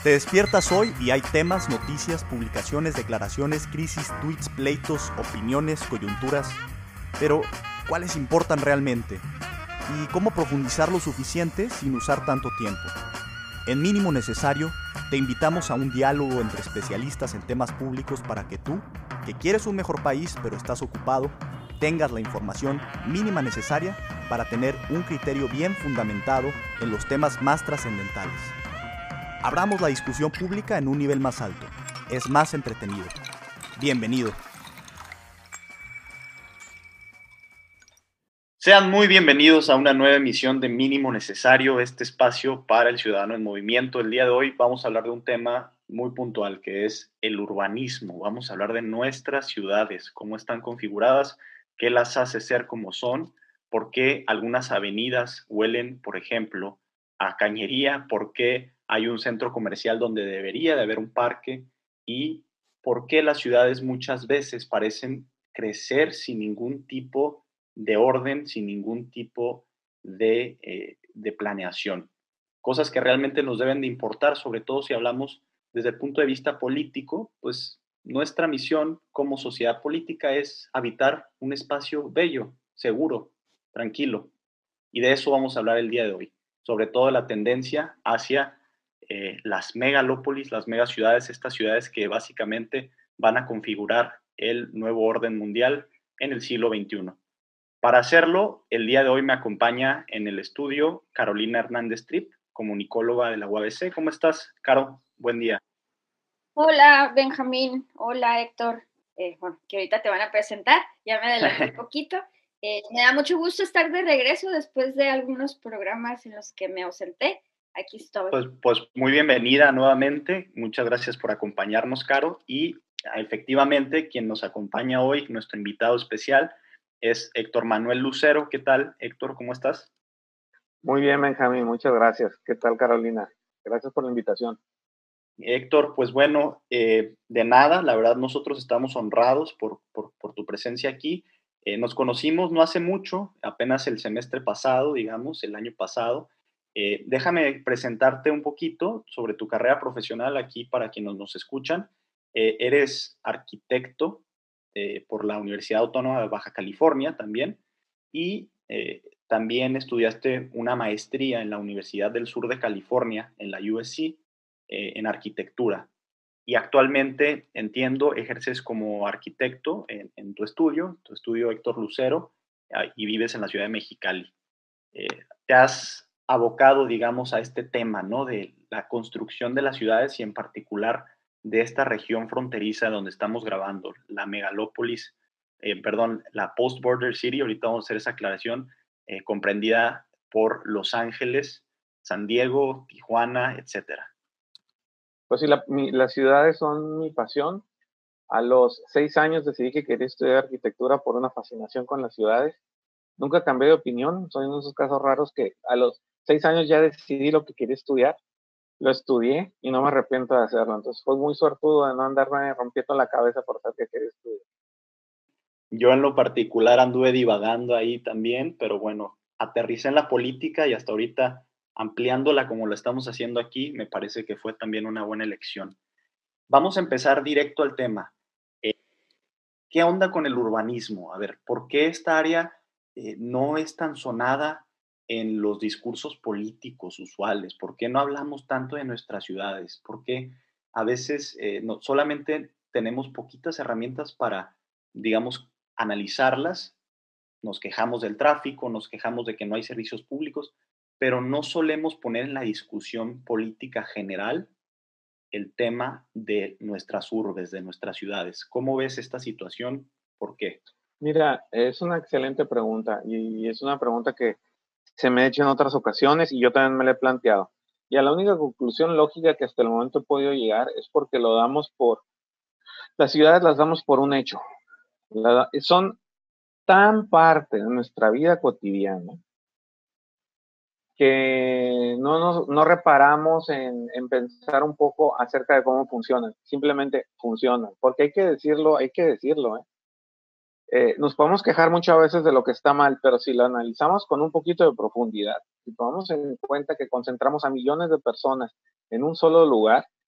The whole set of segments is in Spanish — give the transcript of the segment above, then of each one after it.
Te despiertas hoy y hay temas, noticias, publicaciones, declaraciones, crisis, tweets, pleitos, opiniones, coyunturas. Pero, ¿cuáles importan realmente? ¿Y cómo profundizar lo suficiente sin usar tanto tiempo? En Mínimo Necesario, te invitamos a un diálogo entre especialistas en temas públicos para que tú, que quieres un mejor país pero estás ocupado, tengas la información mínima necesaria para tener un criterio bien fundamentado en los temas más trascendentales. Abramos la discusión pública en un nivel más alto. Es más entretenido. Bienvenido. Sean muy bienvenidos a una nueva emisión de Mínimo Necesario, este espacio para el ciudadano en movimiento. El día de hoy vamos a hablar de un tema muy puntual, que es el urbanismo. Vamos a hablar de nuestras ciudades, cómo están configuradas, qué las hace ser como son, por qué algunas avenidas huelen, por ejemplo, a cañería, por qué hay un centro comercial donde debería de haber un parque y por qué las ciudades muchas veces parecen crecer sin ningún tipo de orden, sin ningún tipo de planeación. Cosas que realmente nos deben de importar, sobre todo si hablamos desde el punto de vista político, pues nuestra misión como sociedad política es habitar un espacio bello, seguro, tranquilo. Y de eso vamos a hablar el día de hoy, sobre todo la tendencia hacia las megalópolis, las megaciudades, estas ciudades que básicamente van a configurar el nuevo orden mundial en el siglo XXI. Para hacerlo, el día de hoy me acompaña en el estudio Carolina Hernández Tripp, comunicóloga de la UABC. ¿Cómo estás, Caro? Buen día. Hola, Benjamín. Hola, Héctor. Bueno, que ahorita te van a presentar. Ya me adelanté un poquito. Me da mucho gusto estar de regreso después de algunos programas en los que me ausenté. Aquí estoy. Pues muy bienvenida nuevamente. Muchas gracias por acompañarnos, Caro. Y efectivamente, quien nos acompaña hoy, nuestro invitado especial, es Héctor Manuel Lucero. ¿Qué tal, Héctor? ¿Cómo estás? Muy bien, Benjamín, muchas gracias. ¿Qué tal, Carolina? Gracias por la invitación. Héctor, pues bueno, de nada, la verdad nosotros estamos honrados por tu presencia aquí. Nos conocimos no hace mucho, apenas el semestre pasado, digamos, el año pasado. Déjame presentarte un poquito sobre tu carrera profesional aquí para quienes nos escuchan. Eres arquitecto por la Universidad Autónoma de Baja California también y también estudiaste una maestría en la Universidad del Sur de California, en la USC, en arquitectura. Y actualmente, entiendo, ejerces como arquitecto en tu estudio Héctor Lucero, y vives en la ciudad de Mexicali. Te has abocado, digamos, a este tema, ¿no? De la construcción de las ciudades y en particular de esta región fronteriza donde estamos grabando, la megalópolis, la post-border city, ahorita vamos a hacer esa aclaración, comprendida por Los Ángeles, San Diego, Tijuana, etcétera. Pues sí, las ciudades son mi pasión. A los 6 años decidí que quería estudiar arquitectura por una fascinación con las ciudades. Nunca cambié de opinión. Soy uno de esos casos raros que a los 6 años ya decidí lo que quería estudiar. Lo estudié y no me arrepiento de hacerlo. Entonces fue muy suertudo de no andarme rompiendo la cabeza por saber que quería estudiar. Yo en lo particular anduve divagando ahí también, pero bueno, aterricé en la política y hasta ahorita ampliándola como lo estamos haciendo aquí, me parece que fue también una buena elección. Vamos a empezar directo al tema. ¿Qué onda con el urbanismo? A ver, ¿por qué esta área no es tan sonada en los discursos políticos usuales? ¿Por qué no hablamos tanto de nuestras ciudades? ¿Por qué a veces no, solamente tenemos poquitas herramientas para, digamos, analizarlas? Nos quejamos del tráfico, nos quejamos de que no hay servicios públicos, pero no solemos poner en la discusión política general el tema de nuestras urbes, de nuestras ciudades. ¿Cómo ves esta situación? ¿Por qué? Mira, es una excelente pregunta y es una pregunta que se me ha hecho en otras ocasiones y yo también me la he planteado. Y a la única conclusión lógica que hasta el momento he podido llegar es porque las ciudades las damos por un hecho. Son tan parte de nuestra vida cotidiana que no reparamos en pensar un poco acerca de cómo funcionan. Simplemente funcionan. Porque hay que decirlo, nos podemos quejar muchas veces de lo que está mal, pero si lo analizamos con un poquito de profundidad, si tomamos en cuenta que concentramos a millones de personas en un solo lugar,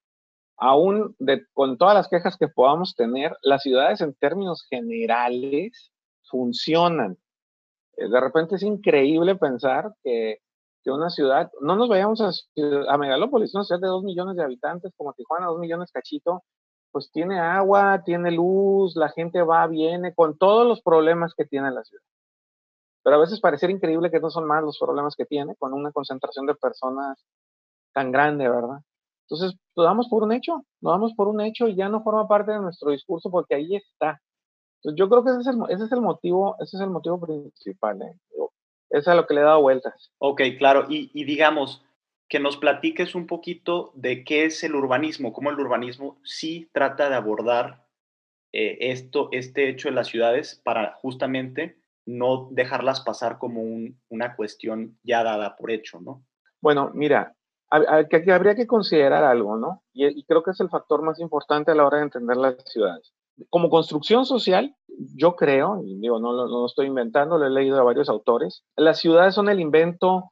con todas las quejas que podamos tener, las ciudades en términos generales funcionan. De repente es increíble pensar que una ciudad, no nos vayamos a Megalópolis, una ciudad de 2 millones de habitantes como Tijuana, 2 millones cachito, pues tiene agua, tiene luz, la gente va, viene, con todos los problemas que tiene la ciudad. Pero a veces pareciera increíble que no son más los problemas que tiene con una concentración de personas tan grande, ¿verdad? Entonces, lo damos por un hecho y ya no forma parte de nuestro discurso porque ahí está. Entonces, yo creo que ese es el motivo principal, ¿eh? Es a lo que le he dado vueltas. Ok, claro. Y digamos, que nos platiques un poquito de qué es el urbanismo, cómo el urbanismo sí trata de abordar este hecho en las ciudades para justamente no dejarlas pasar como una cuestión ya dada por hecho, ¿no? Bueno, mira, que habría que considerar algo, ¿no? Y creo que es el factor más importante a la hora de entender las ciudades. Como construcción social, yo creo, y digo, no lo estoy inventando, lo he leído de varios autores, las ciudades son el invento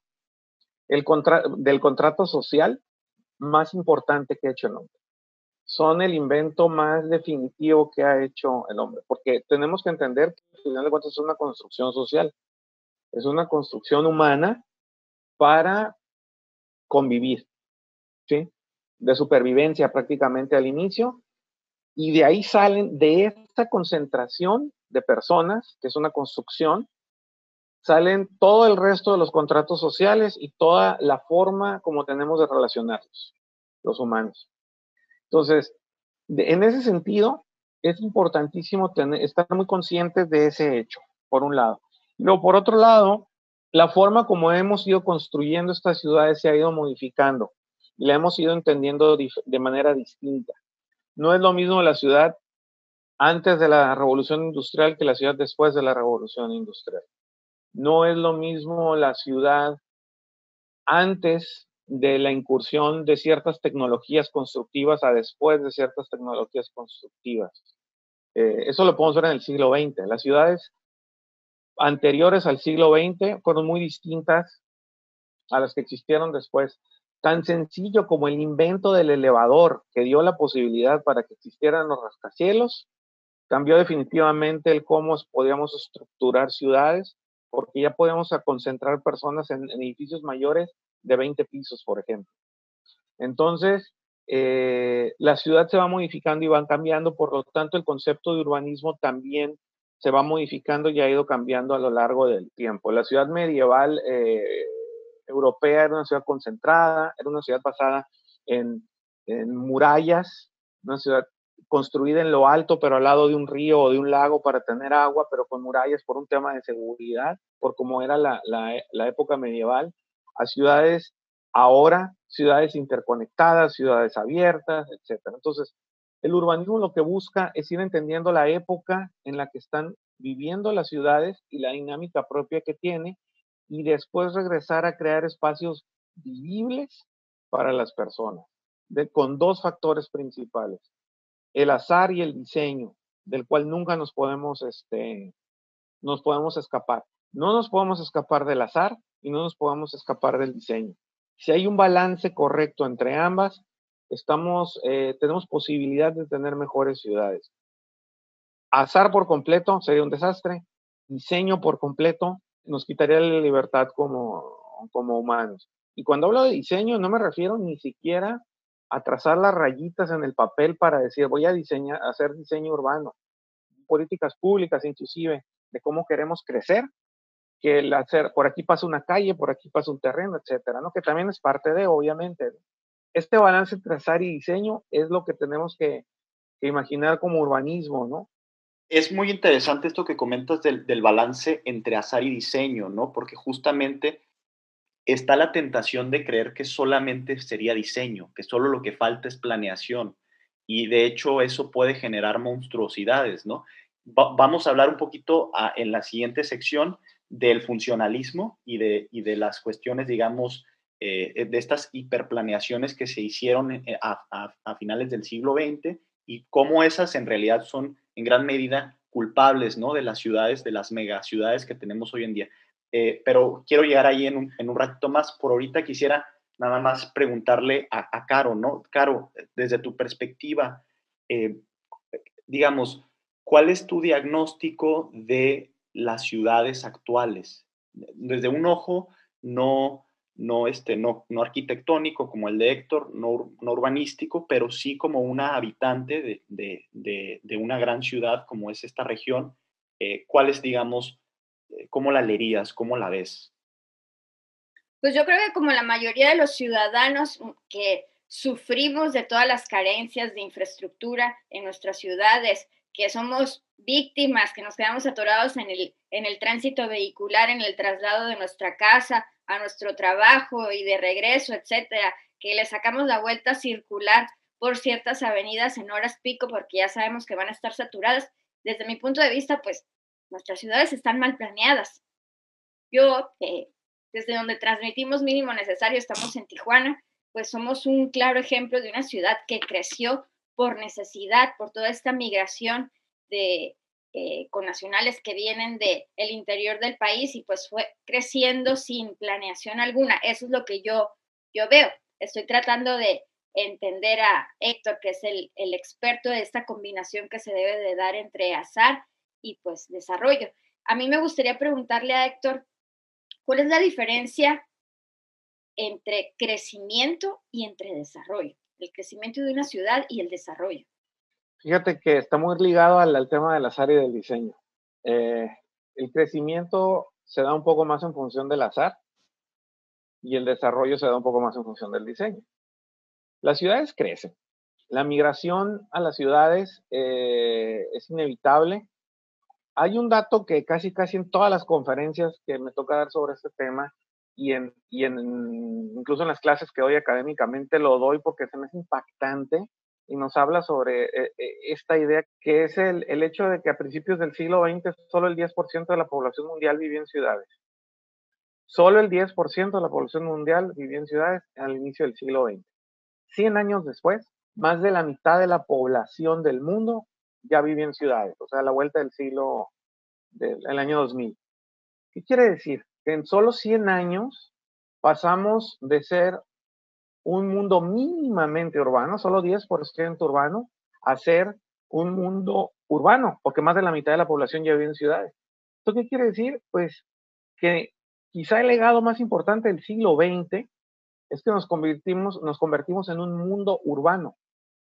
del contrato social más importante que ha hecho el hombre. Son el invento más definitivo que ha hecho el hombre, porque tenemos que entender que al final de cuentas es una construcción social, es una construcción humana para convivir, ¿sí? De supervivencia prácticamente al inicio, y de ahí salen, de esta concentración de personas, que es una construcción, salen todo el resto de los contratos sociales y toda la forma como tenemos de relacionarnos, los humanos. Entonces, en ese sentido, es importantísimo estar muy conscientes de ese hecho, por un lado. Luego, por otro lado, la forma como hemos ido construyendo estas ciudades se ha ido modificando y la hemos ido entendiendo de manera distinta. No es lo mismo la ciudad antes de la revolución industrial que la ciudad después de la revolución industrial. No es lo mismo la ciudad antes de la incursión de ciertas tecnologías constructivas a después de ciertas tecnologías constructivas. Eso lo podemos ver en el siglo XX. Las ciudades anteriores al siglo XX fueron muy distintas a las que existieron después. Tan sencillo como el invento del elevador, que dio la posibilidad para que existieran los rascacielos, cambió definitivamente el cómo podíamos estructurar ciudades, porque ya podíamos concentrar personas en edificios mayores de 20 pisos, por ejemplo. Entonces, la ciudad se va modificando y van cambiando, por lo tanto, el concepto de urbanismo también se va modificando y ha ido cambiando a lo largo del tiempo. La ciudad medieval europea era una ciudad concentrada, era una ciudad basada en murallas, una ciudad construida en lo alto, pero al lado de un río o de un lago para tener agua, pero con murallas por un tema de seguridad, por cómo era la época medieval, a ciudades ahora, ciudades interconectadas, ciudades abiertas, etc. Entonces, el urbanismo lo que busca es ir entendiendo la época en la que están viviendo las ciudades y la dinámica propia que tiene, y después regresar a crear espacios vivibles para las personas, con dos factores principales: el azar y el diseño, del cual nunca nos podemos escapar. No nos podemos escapar del azar y no nos podemos escapar del diseño. Si hay un balance correcto entre ambas, tenemos posibilidad de tener mejores ciudades. Azar por completo sería un desastre. Diseño por completo nos quitaría la libertad como humanos. Y cuando hablo de diseño, no me refiero ni siquiera a trazar las rayitas en el papel para decir voy a hacer diseño urbano, políticas públicas inclusive, de cómo queremos crecer, que por aquí pasa una calle, por aquí pasa un terreno, etcétera, ¿no? Que también es parte de, obviamente. Este balance entre azar y diseño es lo que tenemos que imaginar como urbanismo, ¿no? Es muy interesante esto que comentas del balance entre azar y diseño, ¿no? Porque justamente está la tentación de creer que solamente sería diseño, que solo lo que falta es planeación. Y de hecho eso puede generar monstruosidades, ¿no? Vamos a hablar un poquito en la siguiente sección del funcionalismo y de las cuestiones, digamos, de estas hiperplaneaciones que se hicieron a finales del siglo XX y cómo esas en realidad son en gran medida culpables, ¿no? De las ciudades, de las megaciudades que tenemos hoy en día. Pero quiero llegar ahí en un ratito más. Por ahorita quisiera nada más preguntarle a Caro, ¿no? Caro, desde tu perspectiva, eh, digamos, ¿cuál es tu diagnóstico de las ciudades actuales? Desde un ojo no arquitectónico como el de Héctor, no urbanístico, pero sí como una habitante de una gran ciudad como es esta región. ¿Cuál es, digamos, cómo la leerías, cómo la ves? Pues yo creo que como la mayoría de los ciudadanos que sufrimos de todas las carencias de infraestructura en nuestras ciudades, que somos víctimas, que nos quedamos atorados en el tránsito vehicular, en el traslado de nuestra casa a nuestro trabajo y de regreso, etcétera, que le sacamos la vuelta circular por ciertas avenidas en horas pico porque ya sabemos que van a estar saturadas. Desde mi punto de vista, pues nuestras ciudades están mal planeadas. Yo, desde donde transmitimos Mínimo Necesario, estamos en Tijuana, pues somos un claro ejemplo de una ciudad que creció por necesidad, por toda esta migración de connacionales que vienen del interior del país y pues fue creciendo sin planeación alguna. Eso es lo que yo veo. Estoy tratando de entender a Héctor, que es el experto de esta combinación que se debe de dar entre azar y pues desarrollo. A mí me gustaría preguntarle a Héctor, ¿cuál es la diferencia entre crecimiento y entre desarrollo? El crecimiento de una ciudad y el desarrollo. Fíjate que está muy ligado al tema del azar y del diseño. El crecimiento se da un poco más en función del azar y el desarrollo se da un poco más en función del diseño. Las ciudades crecen. La migración a las ciudades es inevitable. Hay un dato que casi en todas las conferencias que me toca dar sobre este tema incluso en las clases que doy académicamente lo doy porque se me hace impactante y nos habla sobre esta idea que es el hecho de que a principios del siglo XX solo el 10% de la población mundial vivía en ciudades. Solo el 10% de la población mundial vivía en ciudades al inicio del siglo XX. 100 años después, más de la mitad de la población del mundo ya vive en ciudades, o sea, a la vuelta del siglo del año 2000. ¿Qué quiere decir? Que en solo 100 años pasamos de ser un mundo mínimamente urbano, solo 10% urbano, a ser un mundo urbano, porque más de la mitad de la población ya vive en ciudades. ¿Esto qué quiere decir? Pues que quizá el legado más importante del siglo XX es que nos convertimos en un mundo urbano.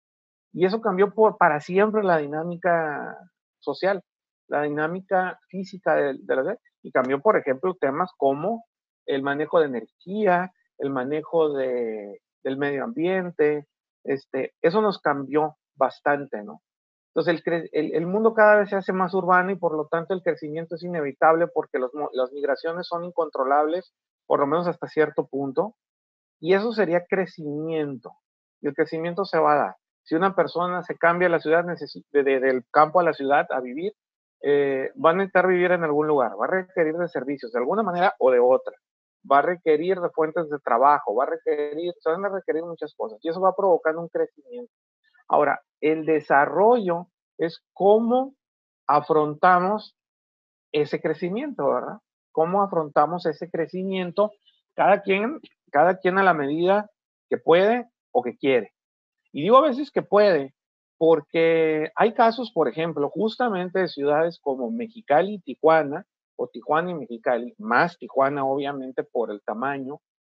Y eso cambió para siempre la dinámica social, la dinámica física de la ciudad. Y cambió, por ejemplo, temas como el manejo de energía, el manejo del medio ambiente. Eso nos cambió bastante, ¿no? Entonces, el mundo cada vez se hace más urbano y por lo tanto el crecimiento es inevitable porque las migraciones son incontrolables, por lo menos hasta cierto punto. Y eso sería crecimiento. Y el crecimiento se va a dar. Si una persona se cambia a la ciudad, del campo a la ciudad a vivir, va a necesitar vivir en algún lugar, va a requerir de servicios de alguna manera o de otra, va a requerir de fuentes de trabajo, se van a requerir muchas cosas y eso va provocando un crecimiento. Ahora, el desarrollo es cómo afrontamos ese crecimiento, ¿verdad? ¿Cómo afrontamos ese crecimiento? Cada quien a la medida que puede o que quiere. Y digo a veces que puede, porque hay casos, por ejemplo, justamente de ciudades como Mexicali y Tijuana, o Tijuana y Mexicali, más Tijuana obviamente por el tamaño,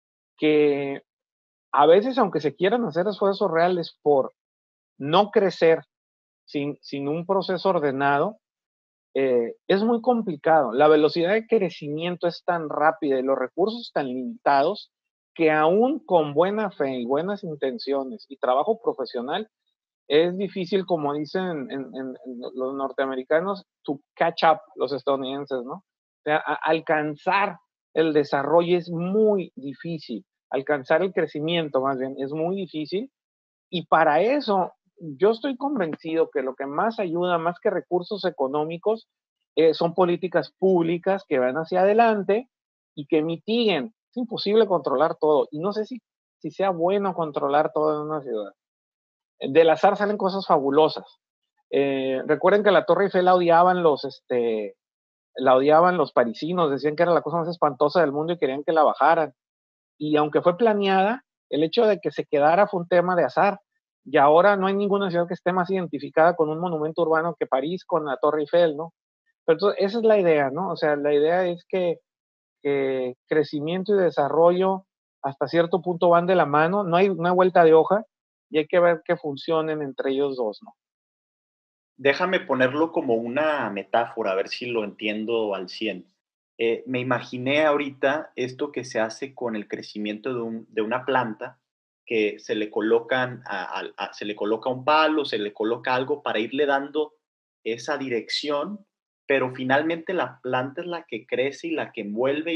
que a veces, aunque se quieran hacer esfuerzos reales por no crecer sin un proceso ordenado, es muy complicado. La velocidad de crecimiento es tan rápida y los recursos tan limitados que aún con buena fe y buenas intenciones y trabajo profesional, es difícil, como dicen en los norteamericanos, to catch up, los estadounidenses, ¿no? O sea, alcanzar el desarrollo es muy difícil, alcanzar el crecimiento más bien es muy difícil y para eso yo estoy convencido que lo que más ayuda, más que recursos económicos, son políticas públicas que van hacia adelante y que mitiguen. Es imposible controlar todo y no sé si sea bueno controlar todo en una ciudad. Del azar salen cosas fabulosas. Recuerden que la Torre Eiffel la odiaban los parisinos, decían que era la cosa más espantosa del mundo y querían que la bajaran. y aunque fue planeada, el hecho de que se quedara fue un tema de azar. Y ahora no hay ninguna ciudad que esté más identificada con un monumento urbano que París con la Torre Eiffel, ¿no? Pero entonces, esa es la idea, ¿no? O sea, la idea es que crecimiento y desarrollo hasta cierto punto van de la mano, no hay una vuelta de hoja y hay que ver que funcionen entre ellos dos, ¿no? Déjame ponerlo como una metáfora, a ver si lo entiendo al 100. Me imaginé ahorita esto que se hace con el crecimiento de una planta, que se le se le coloca un palo, se le coloca algo para irle dando esa dirección, pero finalmente la planta es la que crece y la que envuelve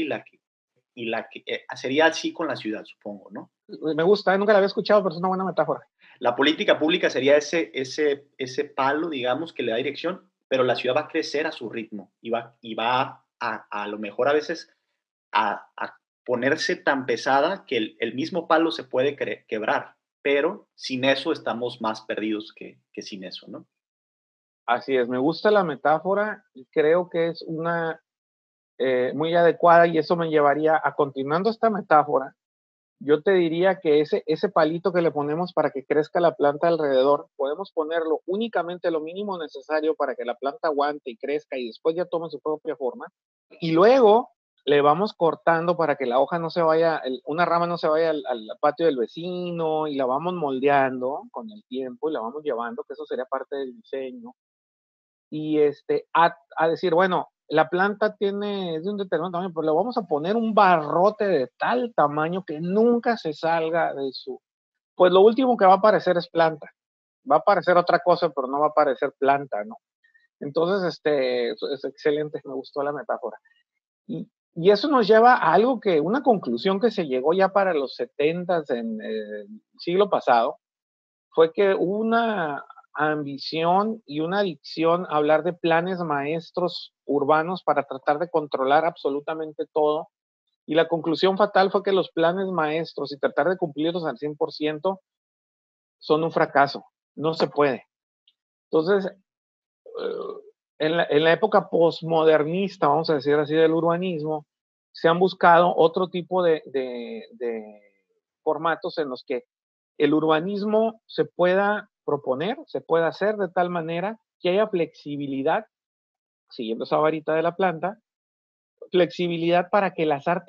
y sería así con la ciudad, supongo, ¿no? Me gusta, nunca la había escuchado, pero es una buena metáfora. La política pública sería ese palo, digamos, que le da dirección, pero la ciudad va a crecer a su ritmo y va a lo mejor a veces a ponerse tan pesada que el mismo palo se puede quebrar, pero sin eso estamos más perdidos que sin eso, ¿no? Así es, me gusta la metáfora y creo que es una muy adecuada y eso me llevaría a, continuando esta metáfora, yo te diría que ese palito que le ponemos para que crezca la planta alrededor, podemos ponerlo únicamente lo mínimo necesario para que la planta aguante y crezca y después ya tome su propia forma. Y luego le vamos cortando para que la hoja no se vaya, una rama no se vaya al patio del vecino y la vamos moldeando con el tiempo y la vamos llevando, que eso sería parte del diseño. Y a decir, bueno, la planta es de un determinado tamaño, pero le vamos a poner un barrote de tal tamaño que nunca se salga de su... Pues lo último que va a aparecer es planta. Va a aparecer otra cosa, pero no va a aparecer planta, ¿no? Entonces, es excelente, me gustó la metáfora. Y eso nos lleva a algo una conclusión que se llegó ya para los 70s en el siglo pasado, fue que hubo una ambición y una adicción a hablar de planes maestros urbanos para tratar de controlar absolutamente todo. Y la conclusión fatal fue que los planes maestros y tratar de cumplirlos al 100% son un fracaso. No se puede. Entonces, en la época posmodernista, vamos a decir así, del urbanismo, se han buscado otro tipo de formatos en los que el urbanismo se pueda proponer, se pueda hacer de tal manera que haya flexibilidad, siguiendo esa varita de la planta, flexibilidad para que el azar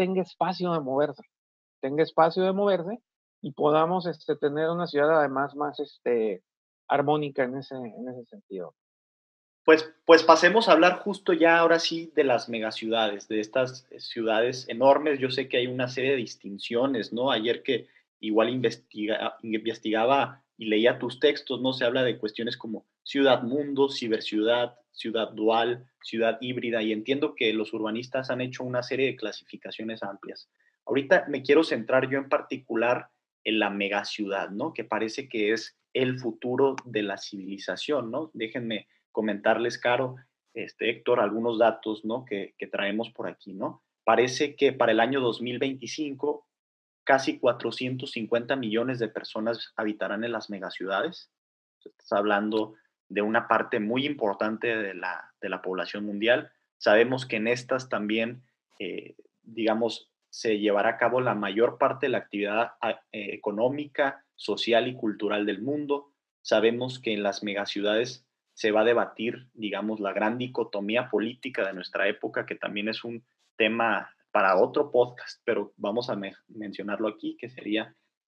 tenga espacio de moverse y podamos tener una ciudad además más armónica en ese sentido. Pues pasemos a hablar justo ya ahora sí de las megaciudades, de estas ciudades enormes. Yo sé que hay una serie de distinciones, ¿no? Ayer que igual investigaba y leía tus textos, ¿no? Se habla de cuestiones como ciudad mundo, ciberciudad, ciudad dual, ciudad híbrida, y entiendo que los urbanistas han hecho una serie de clasificaciones amplias. Ahorita me quiero centrar yo en particular en la megaciudad, ¿no? Que parece que es el futuro de la civilización, ¿no? Déjenme comentarles, Caro, Héctor, algunos datos, ¿no? que traemos por aquí, ¿no? Parece que para el año 2025 casi 450 millones de personas habitarán en las megaciudades. Estás hablando de una parte muy importante de la población mundial. Sabemos que en estas también, digamos, se llevará a cabo la mayor parte de la actividad económica, social y cultural del mundo. Sabemos que en las megaciudades se va a debatir, digamos, la gran dicotomía política de nuestra época, que también es un tema para otro podcast, pero vamos a mencionarlo aquí, que sería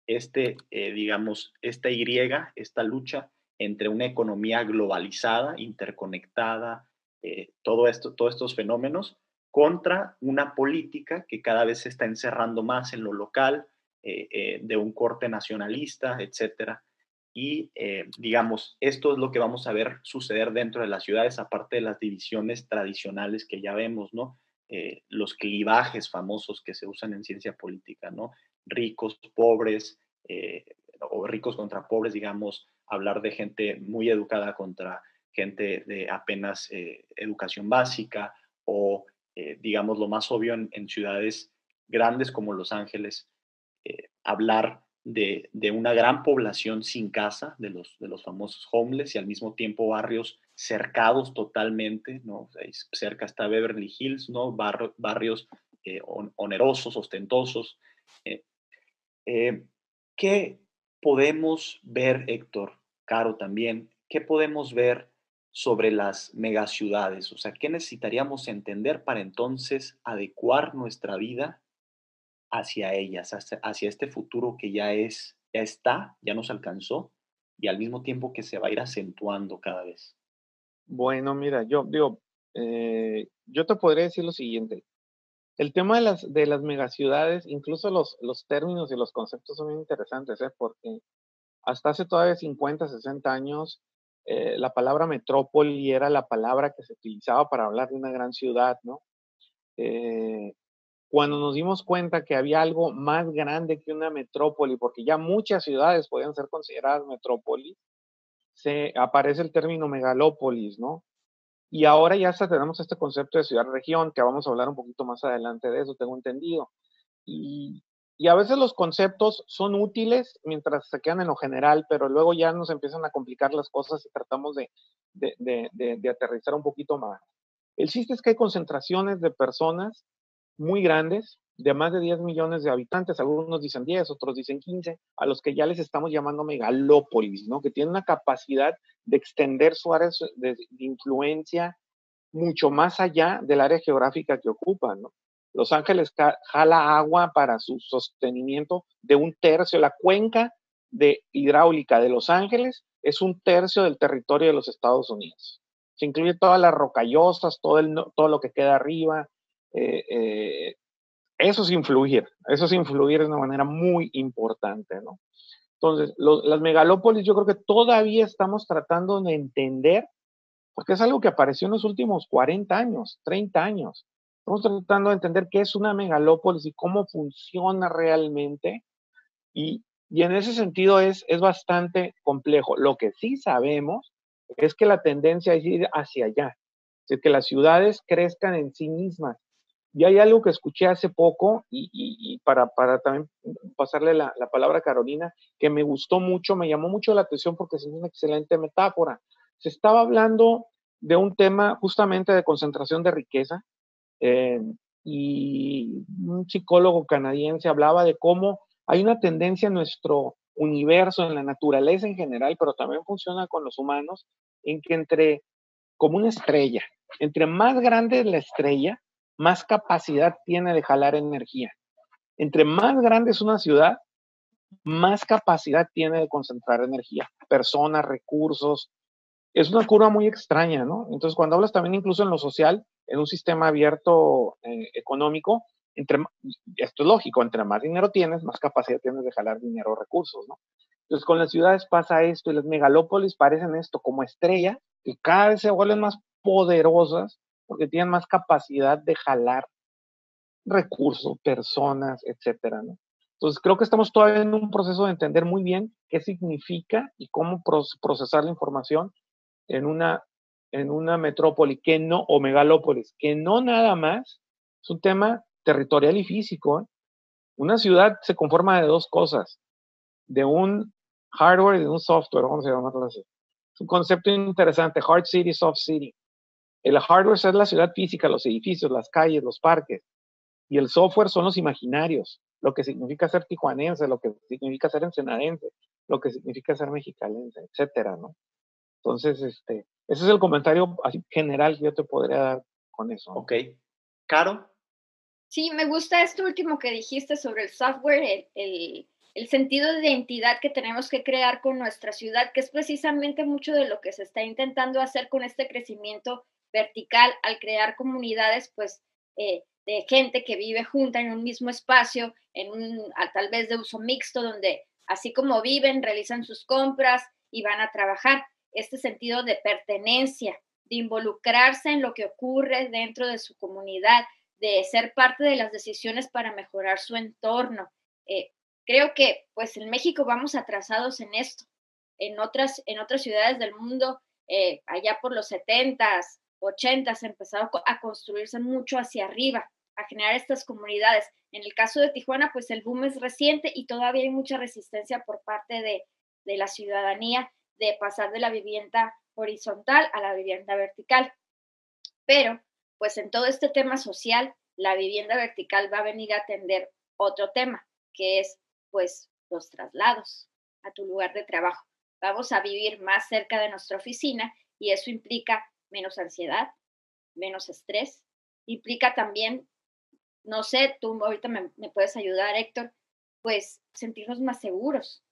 digamos, esta lucha entre una economía globalizada, interconectada, todos estos fenómenos, contra una política que cada vez se está encerrando más en lo local, de un corte nacionalista, etcétera. Y, digamos, esto es lo que vamos a ver suceder dentro de las ciudades, aparte de las divisiones tradicionales que ya vemos, ¿no? Los clivajes famosos que se usan en ciencia política, ¿no? Ricos, pobres, o ricos contra pobres, digamos, hablar de gente muy educada contra gente de apenas educación básica, o, digamos, lo más obvio en ciudades grandes como Los Ángeles, hablar de una gran población sin casa, de los famosos homeless, y al mismo tiempo barrios cercados totalmente, ¿no? Cerca está Beverly Hills, ¿no? Barrios onerosos, ostentosos, Eh, ¿Qué podemos ver, Héctor, Caro también, qué podemos ver sobre las megaciudades? O sea, ¿qué necesitaríamos entender para entonces adecuar nuestra vida hacia ellas, hacia este futuro que ya está, ya nos alcanzó y al mismo tiempo que se va a ir acentuando cada vez? Bueno, mira, yo digo, yo te podría decir lo siguiente. El tema de las megaciudades, incluso los términos y los conceptos son muy interesantes, ¿eh? Porque hasta hace todavía 50, 60 años, la palabra metrópoli era la palabra que se utilizaba para hablar de una gran ciudad, ¿no? Eh, Cuando nos dimos cuenta que había algo más grande que una metrópoli, porque ya muchas ciudades podían ser consideradas metrópolis, se aparece el término megalópolis, ¿no? Y ahora ya hasta tenemos este concepto de ciudad-región, que vamos a hablar un poquito más adelante de eso, tengo entendido. Y, y a veces los conceptos son útiles mientras se quedan en lo general, pero luego ya nos empiezan a complicar las cosas y tratamos de aterrizar un poquito más. El chiste es que hay concentraciones de personas muy grandes, de más de 10 millones de habitantes, algunos dicen 10, otros dicen 15, a los que ya les estamos llamando megalópolis, ¿no? Que tienen una capacidad de extender su área de influencia mucho más allá del área geográfica que ocupan, ¿no? Los Ángeles jala agua para su sostenimiento de un tercio. La cuenca de hidráulica de Los Ángeles es un tercio del territorio de los Estados Unidos. Se incluye todas las rocallosas, todo lo que queda arriba. Eh, eh, eso es influir de una manera muy importante, ¿no? Entonces, las megalópolis yo creo que todavía estamos tratando de entender porque es algo que apareció en los últimos 40 años, 30 años. Estamos tratando de entender qué es una megalópolis y cómo funciona realmente. Y en ese sentido es bastante complejo. Lo que sí sabemos es que la tendencia es ir hacia allá. Es decir, que las ciudades crezcan en sí mismas. Y hay algo que escuché hace poco, y para también pasarle la palabra a Carolina, que me gustó mucho, me llamó mucho la atención porque es una excelente metáfora. Se estaba hablando de un tema justamente de concentración de riqueza, eh, y un psicólogo canadiense hablaba de cómo hay una tendencia en nuestro universo, en la naturaleza en general, pero también funciona con los humanos, en que como una estrella, entre más grande es la estrella, más capacidad tiene de jalar energía. Entre más grande es una ciudad, más capacidad tiene de concentrar energía, personas, recursos. Es una curva muy extraña, ¿no? Entonces, cuando hablas también incluso en lo social, en un sistema abierto económico, esto es lógico, entre más dinero tienes, más capacidad tienes de jalar dinero o recursos, ¿no? Entonces, con las ciudades pasa esto y las megalópolis parecen esto, como estrellas, que cada vez se vuelven más poderosas porque tienen más capacidad de jalar recursos, personas, etcétera, ¿no? Entonces, creo que estamos todavía en un proceso de entender muy bien qué significa y cómo procesar la información en una metrópoli que no, o megalópolis, que no nada más es un tema territorial y físico, ¿eh? Una ciudad se conforma de dos cosas, de un hardware y de un software, vamos a llamarlo así. Es un concepto interesante, hard city, soft city. El hardware es la ciudad física, los edificios, las calles, los parques, y el software son los imaginarios, lo que significa ser tijuanense, lo que significa ser ensenadense, lo que significa ser mexicalense, etcétera, ¿no? Entonces, ese es el comentario así general que yo te podría dar con eso, ¿no? Ok. Caro. Sí, me gusta esto último que dijiste sobre el software, el sentido de identidad que tenemos que crear con nuestra ciudad, que es precisamente mucho de lo que se está intentando hacer con este crecimiento vertical al crear comunidades, pues, de gente que vive junta en un mismo espacio, tal vez de uso mixto, donde así como viven, realizan sus compras y van a trabajar. Este sentido de pertenencia, de involucrarse en lo que ocurre dentro de su comunidad, de ser parte de las decisiones para mejorar su entorno. Creo que pues en México vamos atrasados en esto. En otras ciudades del mundo, allá por los 70s, 80s, empezaron a construirse mucho hacia arriba, a generar estas comunidades. En el caso de Tijuana, pues el boom es reciente y todavía hay mucha resistencia por parte de la ciudadanía de pasar de la vivienda horizontal a la vivienda vertical. Pero, pues en todo este tema social, la vivienda vertical va a venir a atender otro tema, que es pues los traslados a tu lugar de trabajo. Vamos a vivir más cerca de nuestra oficina y eso implica menos ansiedad, menos estrés, implica también, no sé, tú ahorita me puedes ayudar, Héctor, pues sentirnos más seguros.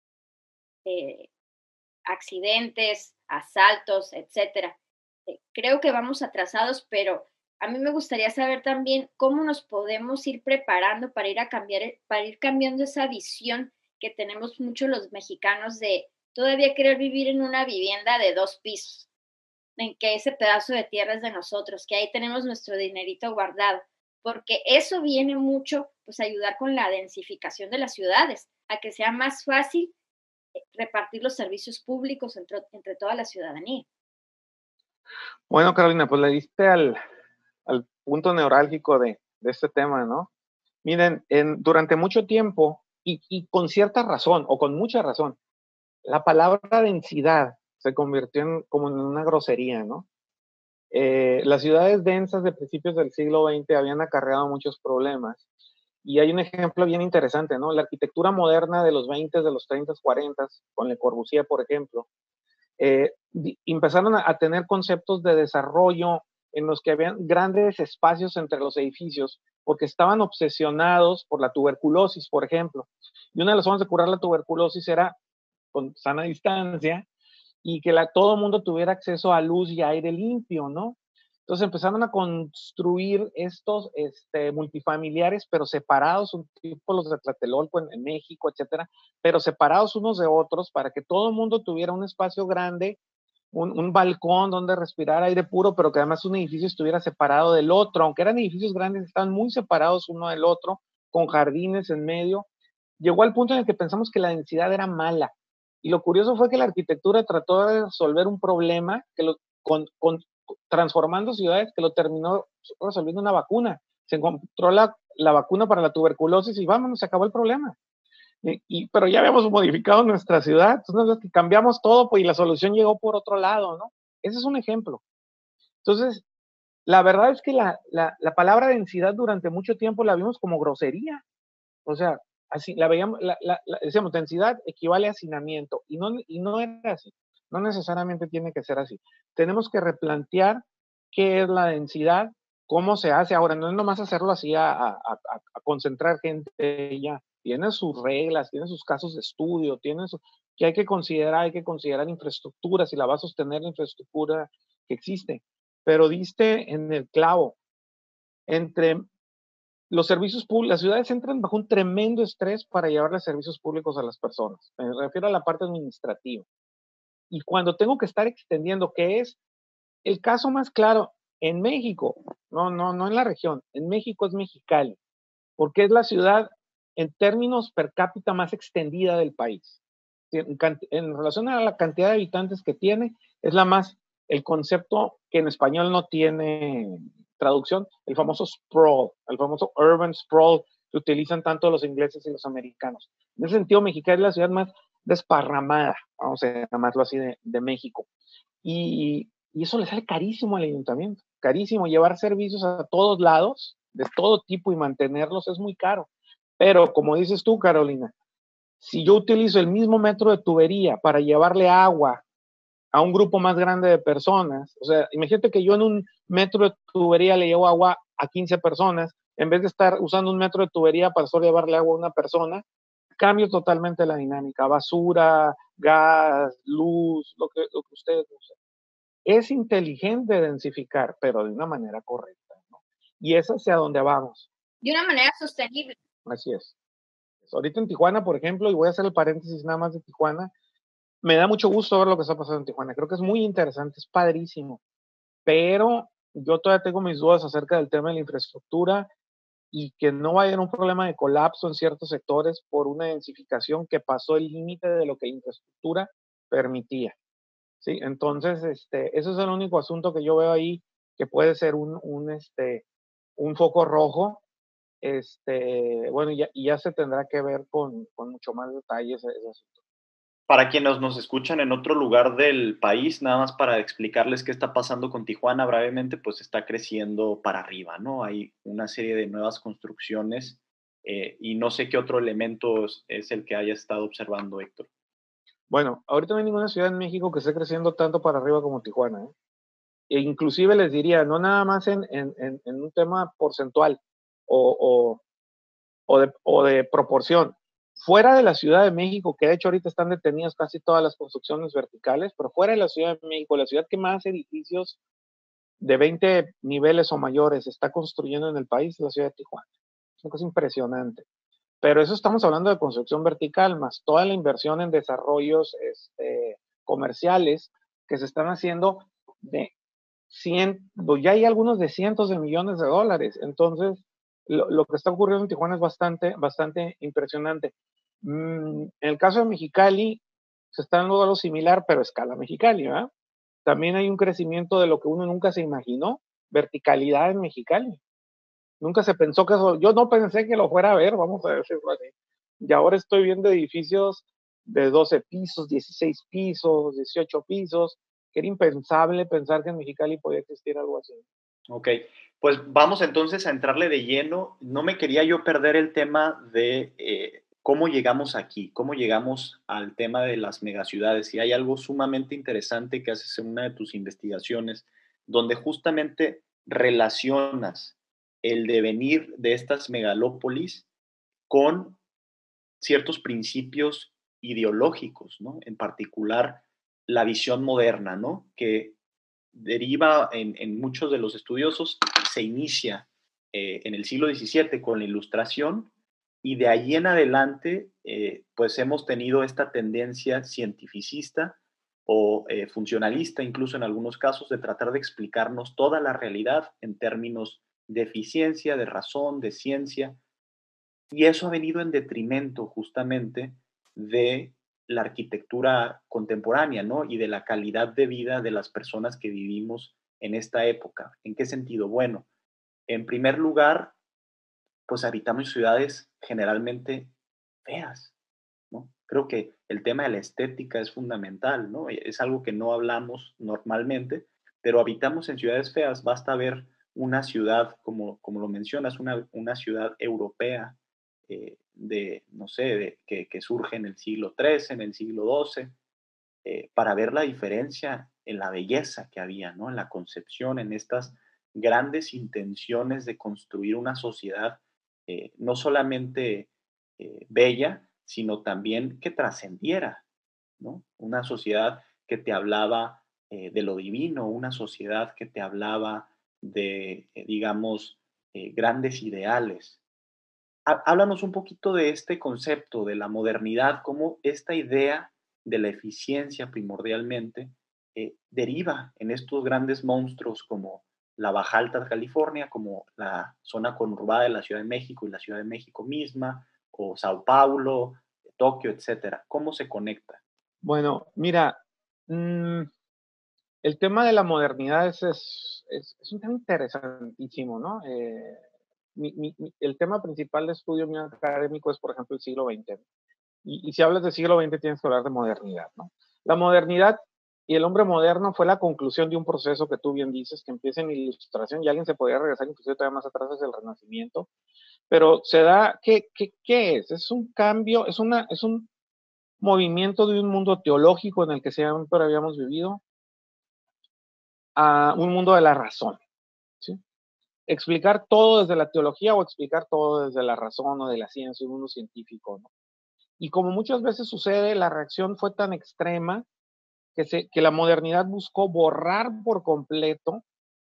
Accidentes, asaltos, etcétera. Creo que vamos atrasados, pero a mí me gustaría saber también cómo nos podemos ir preparando para ir cambiando esa visión que tenemos muchos los mexicanos de todavía querer vivir en una vivienda de 2 pisos, en que ese pedazo de tierra es de nosotros, que ahí tenemos nuestro dinerito guardado, porque eso viene mucho, pues, a ayudar con la densificación de las ciudades, a que sea más fácil repartir los servicios públicos entre toda la ciudadanía. Bueno, Carolina, pues le diste al punto neurálgico de este tema, ¿no? Miren, durante mucho tiempo, y con cierta razón, o con mucha razón, la palabra densidad se convirtió como en una grosería, ¿no? Las ciudades densas de principios del siglo XX habían acarreado muchos problemas. Y hay un ejemplo bien interesante, ¿no? La arquitectura moderna de los 20, de los 30, 40, con Le Corbusier, por ejemplo, empezaron a tener conceptos de desarrollo en los que habían grandes espacios entre los edificios, porque estaban obsesionados por la tuberculosis, por ejemplo. Y una de las formas de curar la tuberculosis era con sana distancia y que todo el mundo tuviera acceso a luz y aire limpio, ¿no? Entonces empezaron a construir estos multifamiliares, pero separados, un tipo los de Tlatelolco en México, etcétera, pero separados unos de otros para que todo el mundo tuviera un espacio grande, un balcón donde respirar aire puro, pero que además un edificio estuviera separado del otro. Aunque eran edificios grandes, estaban muy separados uno del otro, con jardines en medio. Llegó al punto en el que pensamos que la densidad era mala. Y lo curioso fue que la arquitectura trató de resolver un problema transformando ciudades, que lo terminó resolviendo una vacuna. Se encontró la vacuna para la tuberculosis y vámonos, se acabó el problema. Pero ya habíamos modificado nuestra ciudad, entonces cambiamos todo y la solución llegó por otro lado, ¿no? Ese es un ejemplo. Entonces, la verdad es que la palabra densidad durante mucho tiempo la vimos como grosería. O sea, así la veíamos, decíamos, densidad equivale a hacinamiento, y no era así. No necesariamente tiene que ser así. Tenemos que replantear qué es la densidad, cómo se hace. Ahora, no es nomás hacerlo así a concentrar gente ya. Tiene sus reglas, tiene sus casos de estudio, que hay que considerar infraestructura, si la va a sostener la infraestructura que existe. Pero diste en el clavo. Entre los servicios públicos, las ciudades entran bajo un tremendo estrés para llevarle servicios públicos a las personas. Me refiero a la parte administrativa. Y cuando tengo que estar extendiendo, que es el caso más claro en México, no en la región, en México es Mexicali, porque es la ciudad en términos per cápita más extendida del país. En relación a la cantidad de habitantes que tiene, es el concepto que en español no tiene traducción, el famoso sprawl, el famoso urban sprawl que utilizan tanto los ingleses y los americanos. En ese sentido, Mexicali es la ciudad más desparramada, vamos a llamarlo así, de México. Y eso le sale carísimo al ayuntamiento, carísimo. Llevar servicios a todos lados, de todo tipo, y mantenerlos es muy caro. Pero, como dices tú, Carolina, si yo utilizo el mismo metro de tubería para llevarle agua a un grupo más grande de personas, o sea, imagínate que yo en un metro de tubería le llevo agua a 15 personas, en vez de estar usando un metro de tubería para solo llevarle agua a una persona, cambio totalmente la dinámica. Basura, gas, luz, lo que ustedes usen. Es inteligente densificar, pero de una manera correcta, ¿no? Y es hacia donde vamos. De una manera sostenible. Así es. Ahorita en Tijuana, por ejemplo, y voy a hacer el paréntesis nada más de Tijuana, me da mucho gusto ver lo que está pasando en Tijuana. Creo que es muy interesante, es padrísimo. Pero yo todavía tengo mis dudas acerca del tema de la infraestructura y que no va a haber un problema de colapso en ciertos sectores por una densificación que pasó el límite de lo que la infraestructura permitía. ¿Sí? Entonces, ese es el único asunto que yo veo ahí que puede ser un foco rojo. Bueno, y ya se tendrá que ver con mucho más detalle ese asunto. Para quienes nos escuchan en otro lugar del país, nada más para explicarles qué está pasando con Tijuana brevemente, pues está creciendo para arriba, ¿no? Hay una serie de nuevas construcciones Y no sé qué otro elemento es el que haya estado observando, Héctor. Bueno, ahorita no hay ninguna ciudad en México que esté creciendo tanto para arriba como Tijuana, ¿eh? E inclusive les diría, no nada más en un tema porcentual o de proporción. Fuera de la Ciudad de México, que de hecho ahorita están detenidas casi todas las construcciones verticales, pero fuera de la Ciudad de México, la ciudad que más edificios de 20 niveles o mayores está construyendo en el país es la ciudad de Tijuana. Es una cosa impresionante. Pero eso estamos hablando de construcción vertical, más toda la inversión en desarrollos comerciales que se están haciendo de ya hay algunos de cientos de millones de dólares. Entonces, lo que está ocurriendo en Tijuana es bastante impresionante. En el caso de Mexicali, se está dando algo similar, pero a escala Mexicali, ¿verdad? También hay un crecimiento de lo que uno nunca se imaginó, verticalidad en Mexicali. Nunca se pensó que eso, yo no pensé que lo fuera a ver, vamos a decirlo así. Y ahora estoy viendo edificios de 12 pisos, 16 pisos, 18 pisos, que era impensable pensar que en Mexicali podía existir algo así. Ok, pues vamos entonces a entrarle de lleno. No me quería yo perder el tema de cómo llegamos aquí, cómo llegamos al tema de las megaciudades. Y hay algo sumamente interesante que haces en una de tus investigaciones, donde justamente relacionas el devenir de estas megalópolis con ciertos principios ideológicos, ¿no? En particular, la visión moderna, ¿no? Que deriva en muchos de los estudiosos, se inicia en el siglo XVII con la Ilustración y de allí en adelante, pues hemos tenido esta tendencia cientificista o funcionalista, incluso en algunos casos, de tratar de explicarnos toda la realidad en términos de eficiencia, de razón, de ciencia, y eso ha venido en detrimento justamente de la arquitectura contemporánea, ¿no? Y de la calidad de vida de las personas que vivimos en esta época. ¿En qué sentido? Bueno, en primer lugar, pues habitamos ciudades generalmente feas, ¿no? Creo que el tema de la estética es fundamental, ¿no? Es algo que no hablamos normalmente, pero habitamos en ciudades feas. Basta ver una ciudad, como lo mencionas, una ciudad europea no sé, que surge en el siglo XIII, en el siglo XII, para ver la diferencia en la belleza que había, ¿no? En la concepción, en estas grandes intenciones de construir una sociedad no solamente bella, sino también que trascendiera, ¿no? Una sociedad que te hablaba de lo divino, una sociedad que te hablaba de, digamos, grandes ideales. Háblanos un poquito de este concepto de la modernidad, cómo esta idea de la eficiencia primordialmente deriva en estos grandes monstruos como la Baja Alta California, como la zona conurbada de la Ciudad de México y la Ciudad de México misma, o Sao Paulo, Tokio, etcétera. ¿Cómo se conecta? Bueno, mira, el tema de la modernidad es un tema interesantísimo, ¿no? El tema principal de estudio mío académico es, por ejemplo, el siglo XX. Y si hablas del siglo XX tienes que hablar de modernidad, ¿no? La modernidad y el hombre moderno fue la conclusión de un proceso que tú bien dices, que empieza en Ilustración, y alguien se podría regresar inclusive todavía más atrás desde el Renacimiento, pero se da, ¿qué es? Es un cambio, es un movimiento de un mundo teológico en el que siempre habíamos vivido a un mundo de la razón, ¿sí? Explicar todo desde la teología o explicar todo desde la razón o de la ciencia, un mundo científico, ¿no? Y como muchas veces sucede, la reacción fue tan extrema que la modernidad buscó borrar por completo,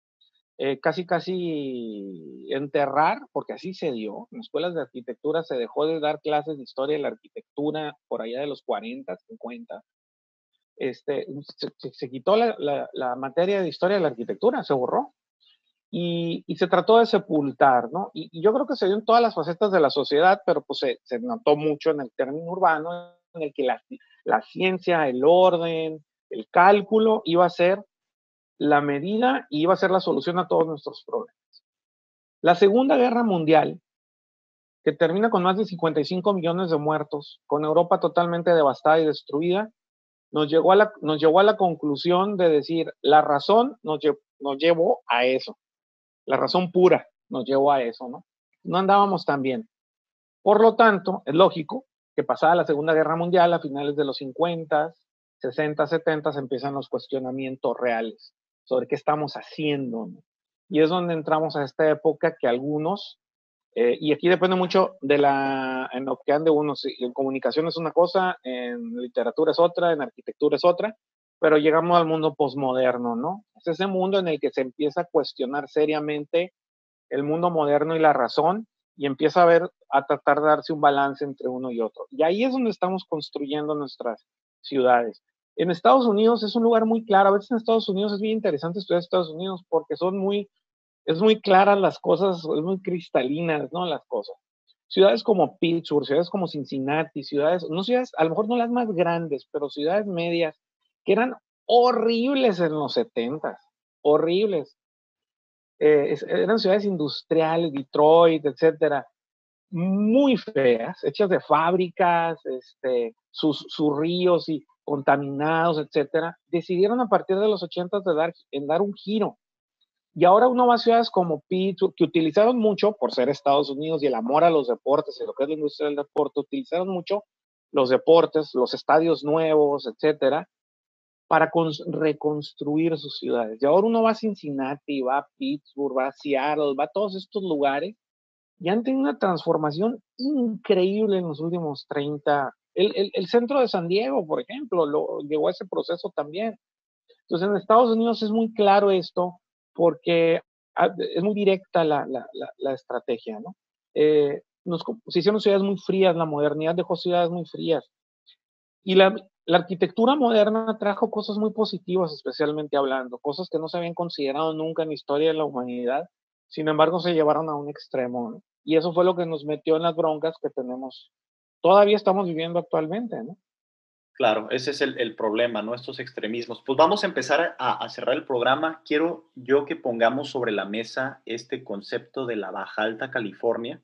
casi enterrar, porque así se dio. En escuelas de arquitectura se dejó de dar clases de historia de la arquitectura por allá de los 40, 50. Se quitó la materia de historia de la arquitectura, se borró. Y se trató de sepultar, ¿no? Y yo creo que se dio en todas las facetas de la sociedad, pero pues se notó mucho en el término urbano, en el que la ciencia, el orden, el cálculo iba a ser la medida y iba a ser la solución a todos nuestros problemas. La Segunda Guerra Mundial, que termina con más de 55 millones de muertos, con Europa totalmente devastada y destruida, nos llevó a la conclusión de decir, la razón nos llevó a eso. La razón pura nos llevó a eso, ¿no? No andábamos tan bien. Por lo tanto, es lógico que pasada la Segunda Guerra Mundial, a finales de los 50, 60, 70, empiezan los cuestionamientos reales sobre qué estamos haciendo, ¿no? Y es donde entramos a esta época que algunos, y aquí depende mucho en lo que ande uno, si en comunicación es una cosa, en literatura es otra, en arquitectura es otra, pero llegamos al mundo posmoderno, ¿no? Es ese mundo en el que se empieza a cuestionar seriamente el mundo moderno y la razón, y empieza a tratar de darse un balance entre uno y otro. Y ahí es donde estamos construyendo nuestras ciudades. En Estados Unidos es un lugar muy claro. A veces en Estados Unidos es bien interesante estudiar Estados Unidos porque es muy claras las cosas, es muy cristalinas, ¿no? Las cosas. Ciudades como Pittsburgh, ciudades como Cincinnati, no ciudades, a lo mejor no las más grandes, pero ciudades medias, que eran horribles en los 70, horribles. Eran ciudades industriales, Detroit, etcétera, muy feas, hechas de fábricas, sus ríos y contaminados, etcétera. Decidieron a partir de los 80 dar un giro. Y ahora uno va a ciudades como Pittsburgh, que utilizaron mucho, por ser Estados Unidos y el amor a los deportes y lo que es la industria del deporte, utilizaron mucho los deportes, los estadios nuevos, etcétera, para reconstruir sus ciudades. Y ahora uno va a Cincinnati, va a Pittsburgh, va a Seattle, va a todos estos lugares y han tenido una transformación increíble en los últimos 30. El centro de San Diego, por ejemplo, llegó a ese proceso también. Entonces, en Estados Unidos es muy claro esto porque es muy directa la estrategia, ¿no? Se hicieron ciudades muy frías, la modernidad dejó ciudades muy frías. Y la arquitectura moderna trajo cosas muy positivas, especialmente hablando, cosas que no se habían considerado nunca en la historia de la humanidad, sin embargo se llevaron a un extremo, ¿no? Y eso fue lo que nos metió en las broncas que todavía estamos viviendo actualmente, ¿no? Claro, ese es el problema, ¿no? Estos extremismos. Pues vamos a empezar a cerrar el programa. Quiero yo que pongamos sobre la mesa este concepto de la Baja Alta California.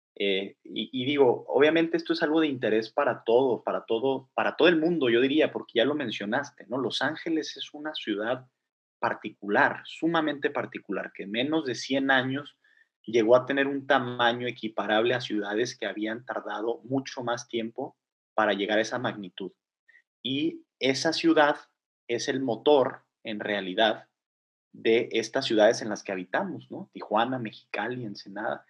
Y digo, obviamente esto es algo de interés para todo el mundo, yo diría, porque ya lo mencionaste, ¿no? Los Ángeles es una ciudad particular, sumamente particular, que en menos de 100 años llegó a tener un tamaño equiparable a ciudades que habían tardado mucho más tiempo para llegar a esa magnitud. Y esa ciudad es el motor, en realidad, de estas ciudades en las que habitamos, ¿no? Tijuana, Mexicali, Ensenada.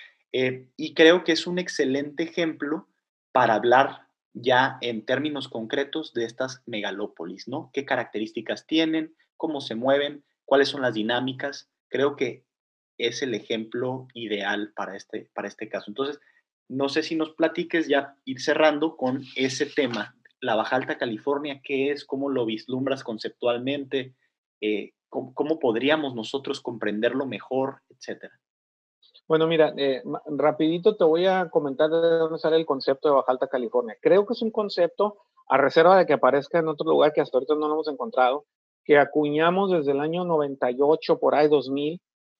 Y creo que es un excelente ejemplo para hablar ya en términos concretos de estas megalópolis, ¿no? ¿Qué características tienen? ¿Cómo se mueven? ¿Cuáles son las dinámicas? Creo que es el ejemplo ideal para este caso. Entonces, no sé si nos platiques ya ir cerrando con ese tema, la Baja Alta California, ¿qué es? ¿Cómo lo vislumbras conceptualmente? ¿Cómo podríamos nosotros comprenderlo mejor, etcétera? Bueno, mira, rapidito te voy a comentar de dónde sale el concepto de Baja Alta California. Creo que es un concepto, a reserva de que aparezca en otro lugar que hasta ahorita no lo hemos encontrado, que acuñamos desde el año 98, por ahí 2000.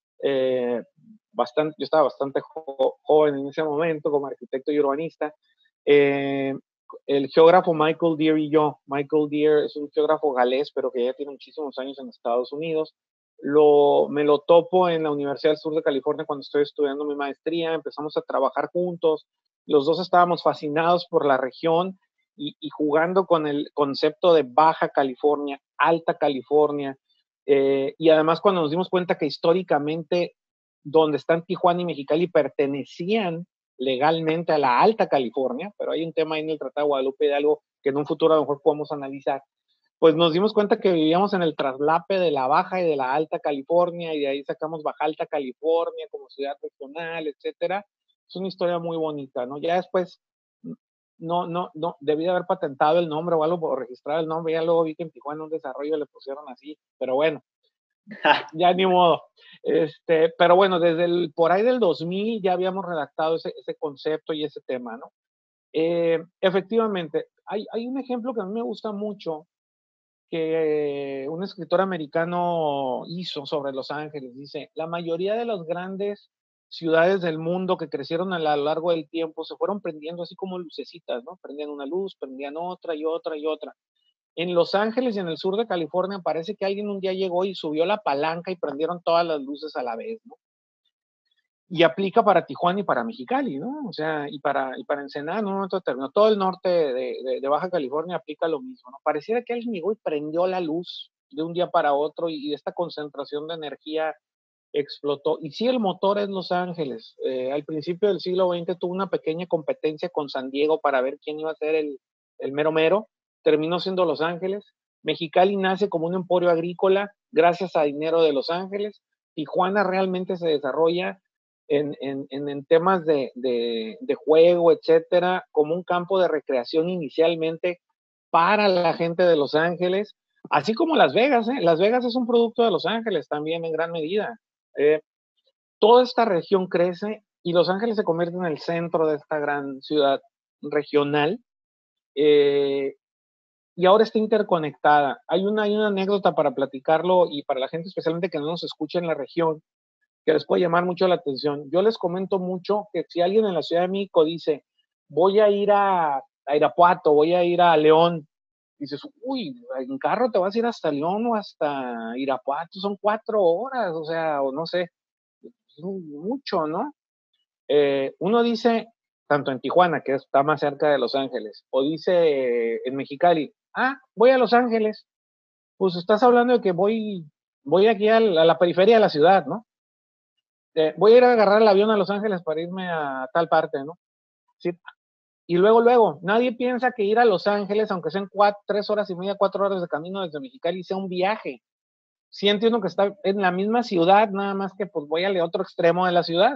Yo estaba bastante joven en ese momento como arquitecto y urbanista. El geógrafo Michael Deere y yo, Michael Deere es un geógrafo galés, pero que ya tiene muchísimos años en Estados Unidos. Me lo topo en la Universidad del Sur de California cuando estoy estudiando mi maestría, empezamos a trabajar juntos, los dos estábamos fascinados por la región y jugando con el concepto de Baja California, Alta California, y además cuando nos dimos cuenta que históricamente donde están Tijuana y Mexicali pertenecían legalmente a la Alta California, pero hay un tema ahí en el Tratado de Guadalupe de algo que en un futuro a lo mejor podemos analizar, pues nos dimos cuenta que vivíamos en el traslape de la Baja y de la Alta California, y de ahí sacamos Baja Alta California como ciudad regional, etcétera. Es una historia muy bonita, ¿no? Ya después, no, debí de haber patentado el nombre o algo por registrar el nombre, ya luego vi que en Tijuana un desarrollo le pusieron así, pero bueno, ya ni modo. Pero bueno, por ahí del 2000 ya habíamos redactado ese concepto y ese tema, ¿no? Efectivamente, hay un ejemplo que a mí me gusta mucho, que un escritor americano hizo sobre Los Ángeles. Dice, la mayoría de las grandes ciudades del mundo que crecieron a lo largo del tiempo se fueron prendiendo así como lucecitas, ¿no? Prendían una luz, prendían otra y otra y otra. En Los Ángeles y en el sur de California parece que alguien un día llegó y subió la palanca y prendieron todas las luces a la vez, ¿no? y aplica para Tijuana y para Mexicali, ¿no? O sea, y para Ensenada en un momento determinado. Todo el norte de Baja California aplica lo mismo, ¿no? Pareciera que alguien llegó y prendió la luz de un día para otro y esta concentración de energía explotó. Y sí, el motor es Los Ángeles. Al principio del siglo XX tuvo una pequeña competencia con San Diego para ver quién iba a ser el mero mero. Terminó siendo Los Ángeles. Mexicali nace como un emporio agrícola gracias a dinero de Los Ángeles. Tijuana realmente se desarrolla en temas de juego, etcétera, como un campo de recreación inicialmente para la gente de Los Ángeles, así como Las Vegas. Las Vegas es un producto de Los Ángeles también en gran medida. Toda esta región crece y Los Ángeles se convierte en el centro de esta gran ciudad regional, y ahora está interconectada. Hay una anécdota para platicarlo y para la gente especialmente que no nos escucha en la región, que les puede llamar mucho la atención. Yo les comento mucho que si alguien en la Ciudad de México dice, voy a ir a Irapuato, voy a ir a León, dices, uy, en carro te vas a ir hasta León o hasta Irapuato, son 4 horas, o sea, o no sé, es mucho, ¿no? Uno dice, tanto en Tijuana, que está más cerca de Los Ángeles, o dice en Mexicali, voy a Los Ángeles, pues estás hablando de que voy aquí a la periferia de la ciudad, ¿no? Voy a ir a agarrar el avión a Los Ángeles para irme a tal parte, ¿no? Sí. Y luego, nadie piensa que ir a Los Ángeles, aunque sean 3 horas y media, 4 horas de camino desde Mexicali, sea un viaje. Sí entiendo que está en la misma ciudad, nada más que pues voy al otro extremo de la ciudad.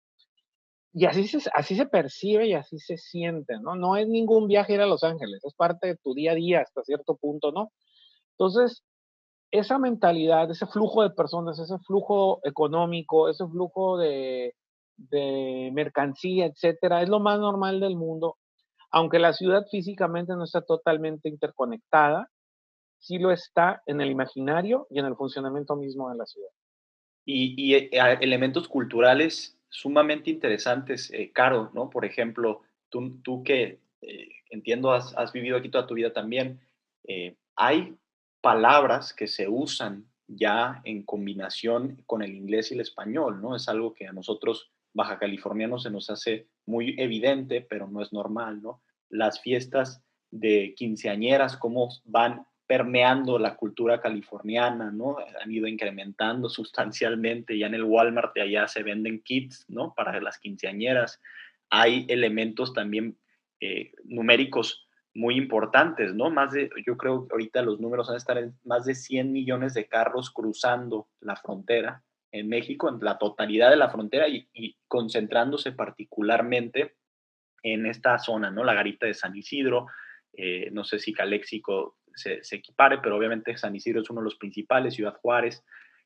Y así se percibe y así se siente, ¿no? No es ningún viaje ir a Los Ángeles, es parte de tu día a día hasta cierto punto, ¿no? Entonces, esa mentalidad, ese flujo de personas, ese flujo económico, ese flujo de mercancía, etcétera, es lo más normal del mundo. Aunque la ciudad físicamente no está totalmente interconectada, sí lo está en el imaginario y en el funcionamiento mismo de la ciudad. Y elementos culturales sumamente interesantes, Caro, ¿no? Por ejemplo, tú que entiendo has vivido aquí toda tu vida también, hay palabras que se usan ya en combinación con el inglés y el español, ¿no? Es algo que a nosotros baja californianos se nos hace muy evidente, pero no es normal, ¿no? Las fiestas de quinceañeras, cómo van permeando la cultura californiana, ¿no? Han ido incrementando sustancialmente. Ya en el Walmart de allá se venden kits, ¿no? Para las quinceañeras. Hay elementos también numéricos muy importantes, ¿no? Yo creo que ahorita los números van a estar en más de 100 millones de carros cruzando la frontera en México, en la totalidad de la frontera y concentrándose particularmente en esta zona, ¿no? La garita de San Isidro, no sé si Caléxico se equipare, pero obviamente San Isidro es uno de los principales, Ciudad Juárez.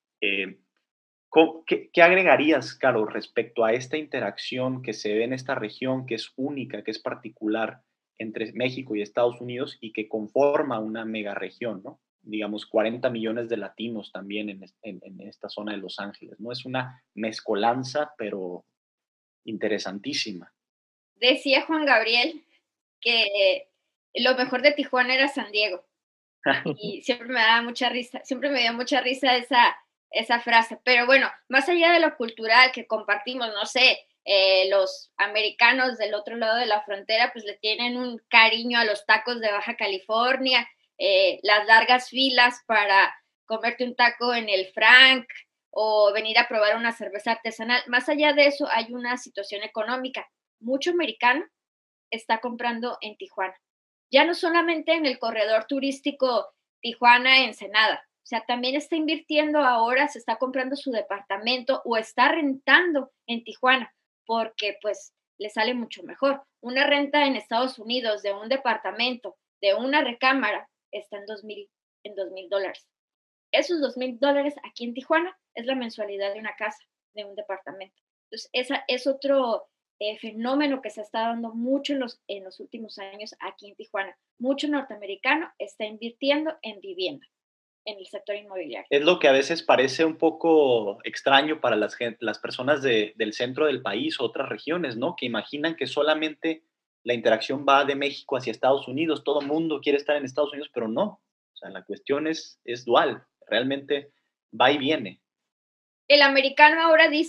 ¿Qué agregarías, Caro, respecto a esta interacción que se ve en esta región, que es única, que es particular entre México y Estados Unidos y que conforma una megaregión, ¿no? Digamos, 40 millones de latinos también en esta zona de Los Ángeles, ¿no? Es una mezcolanza, pero interesantísima. Decía Juan Gabriel que lo mejor de Tijuana era San Diego. Y siempre me daba mucha risa, siempre me dio mucha risa esa frase. Pero bueno, más allá de lo cultural que compartimos, no sé, los americanos del otro lado de la frontera pues le tienen un cariño a los tacos de Baja California, las largas filas para comerte un taco en el Frank o venir a probar una cerveza artesanal. Más allá de eso hay una situación económica. Mucho americano está comprando en Tijuana. Ya no solamente en el corredor turístico Tijuana-Ensenada, o sea, también está invirtiendo ahora, se está comprando su departamento o está rentando en Tijuana, porque pues le sale mucho mejor. Una renta en Estados Unidos de un departamento, de una recámara, está en $2,000. Esos $2,000 aquí en Tijuana es la mensualidad de una casa, de un departamento. Entonces, esa es otro fenómeno que se está dando mucho en los últimos años aquí en Tijuana. Mucho norteamericano está invirtiendo en vivienda, en el sector inmobiliario. Es lo que a veces parece un poco extraño para las personas del centro del país o otras regiones, ¿no? Que imaginan que solamente la interacción va de México hacia Estados Unidos, todo el mundo quiere estar en Estados Unidos, pero no. O sea, la cuestión es dual, realmente va y viene. El americano ahora dice,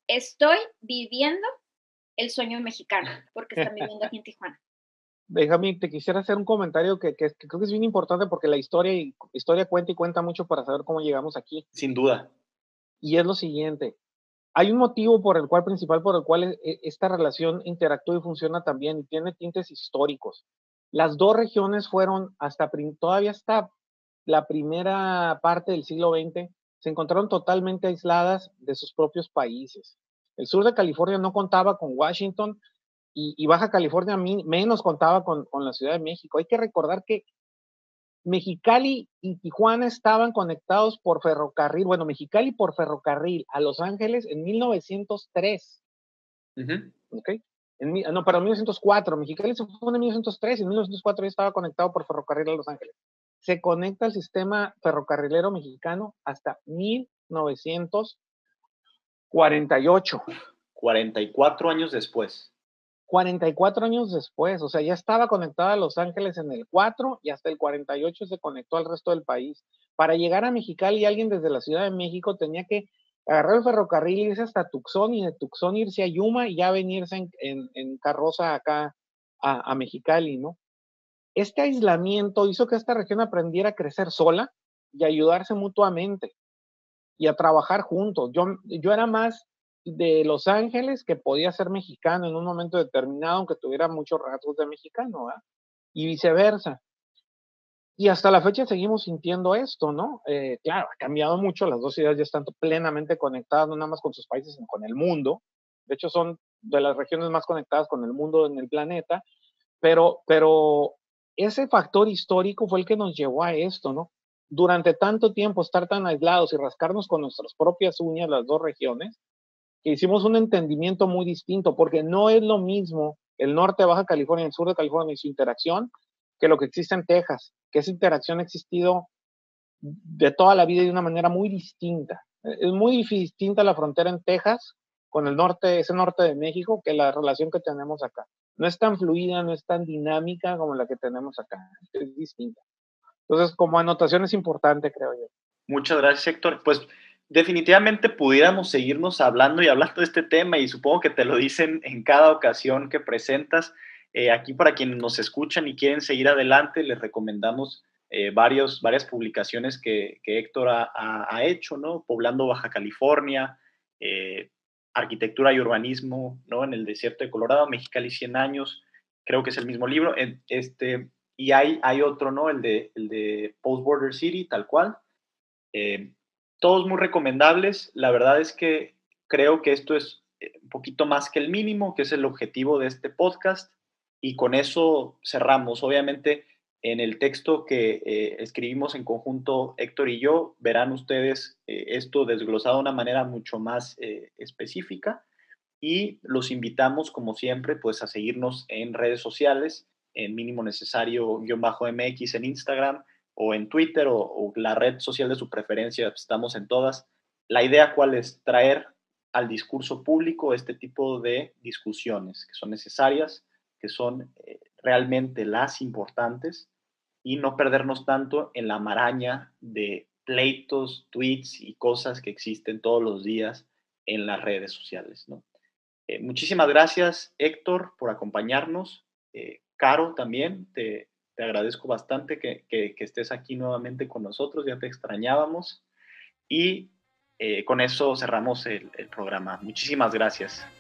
estoy viviendo el sueño mexicano, porque están viviendo aquí en Tijuana. Benjamín, te quisiera hacer un comentario que creo que es bien importante porque la historia cuenta y cuenta mucho para saber cómo llegamos aquí. Sin duda. Y es lo siguiente. Hay un motivo principal por el cual esta relación interactúa y funciona también y tiene tintes históricos. Las dos regiones fueron todavía hasta la primera parte del siglo XX, se encontraron totalmente aisladas de sus propios países. El sur de California no contaba con Washington y Baja California menos contaba con la Ciudad de México. Hay que recordar que Mexicali y Tijuana estaban conectados por ferrocarril, bueno, Mexicali por ferrocarril a Los Ángeles en 1903. ¿Ok? Perdón, 1904. Mexicali se fue en 1903 y en 1904 ya estaba conectado por ferrocarril a Los Ángeles. Se conecta al sistema ferrocarrilero mexicano hasta 1948. 44 años después. 44 años después, o sea, ya estaba conectada a Los Ángeles en el 4 y hasta el 48 se conectó al resto del país. Para llegar a Mexicali, alguien desde la Ciudad de México tenía que agarrar el ferrocarril, irse hasta Tucson y de Tucson irse a Yuma y ya venirse en carroza acá a Mexicali, ¿no? Este aislamiento hizo que esta región aprendiera a crecer sola y a ayudarse mutuamente y a trabajar juntos. Yo era más de Los Ángeles que podía ser mexicano en un momento determinado, aunque tuviera muchos rasgos de mexicano, ¿verdad? Y viceversa. Y hasta la fecha seguimos sintiendo esto, ¿no? Claro, ha cambiado mucho, las dos ciudades ya están plenamente conectadas, no nada más con sus países, sino con el mundo. De hecho, son de las regiones más conectadas con el mundo en el planeta, pero ese factor histórico fue el que nos llevó a esto, ¿no? Durante tanto tiempo estar tan aislados y rascarnos con nuestras propias uñas las dos regiones, que hicimos un entendimiento muy distinto, porque no es lo mismo el norte de Baja California y el sur de California y su interacción que lo que existe en Texas, que esa interacción ha existido de toda la vida y de una manera muy distinta. Es muy distinta la frontera en Texas con el norte, ese norte de México, que la relación que tenemos acá. No es tan fluida, no es tan dinámica como la que tenemos acá. Es distinta. Entonces, como anotación es importante, creo yo. Muchas gracias, Héctor. Pues definitivamente pudiéramos seguirnos hablando y hablando de este tema y supongo que te lo dicen en cada ocasión que presentas. Aquí para quienes nos escuchan y quieren seguir adelante, les recomendamos varias publicaciones que Héctor ha hecho, ¿no? Poblando Baja California, Arquitectura y Urbanismo, ¿no? En el desierto de Colorado, Mexicali 100 años, creo que es el mismo libro. Y hay otro, ¿no? El de Post Border City, tal cual. Todos muy recomendables. La verdad es que creo que esto es un poquito más que el mínimo, que es el objetivo de este podcast, y con eso cerramos. Obviamente, en el texto que escribimos en conjunto Héctor y yo, verán ustedes esto desglosado de una manera mucho más específica, y los invitamos, como siempre, pues a seguirnos en redes sociales, en Mínimo Necesario-MX en Instagram, o en Twitter o la red social de su preferencia, estamos en todas. La idea, ¿cuál es? Traer al discurso público este tipo de discusiones que son necesarias, que son realmente las importantes, y no perdernos tanto en la maraña de pleitos, tweets y cosas que existen todos los días en las redes sociales, ¿no? Muchísimas gracias, Héctor, por acompañarnos. Caro, también te agradezco bastante que estés aquí nuevamente con nosotros, ya te extrañábamos. Y con eso cerramos el programa. Muchísimas gracias.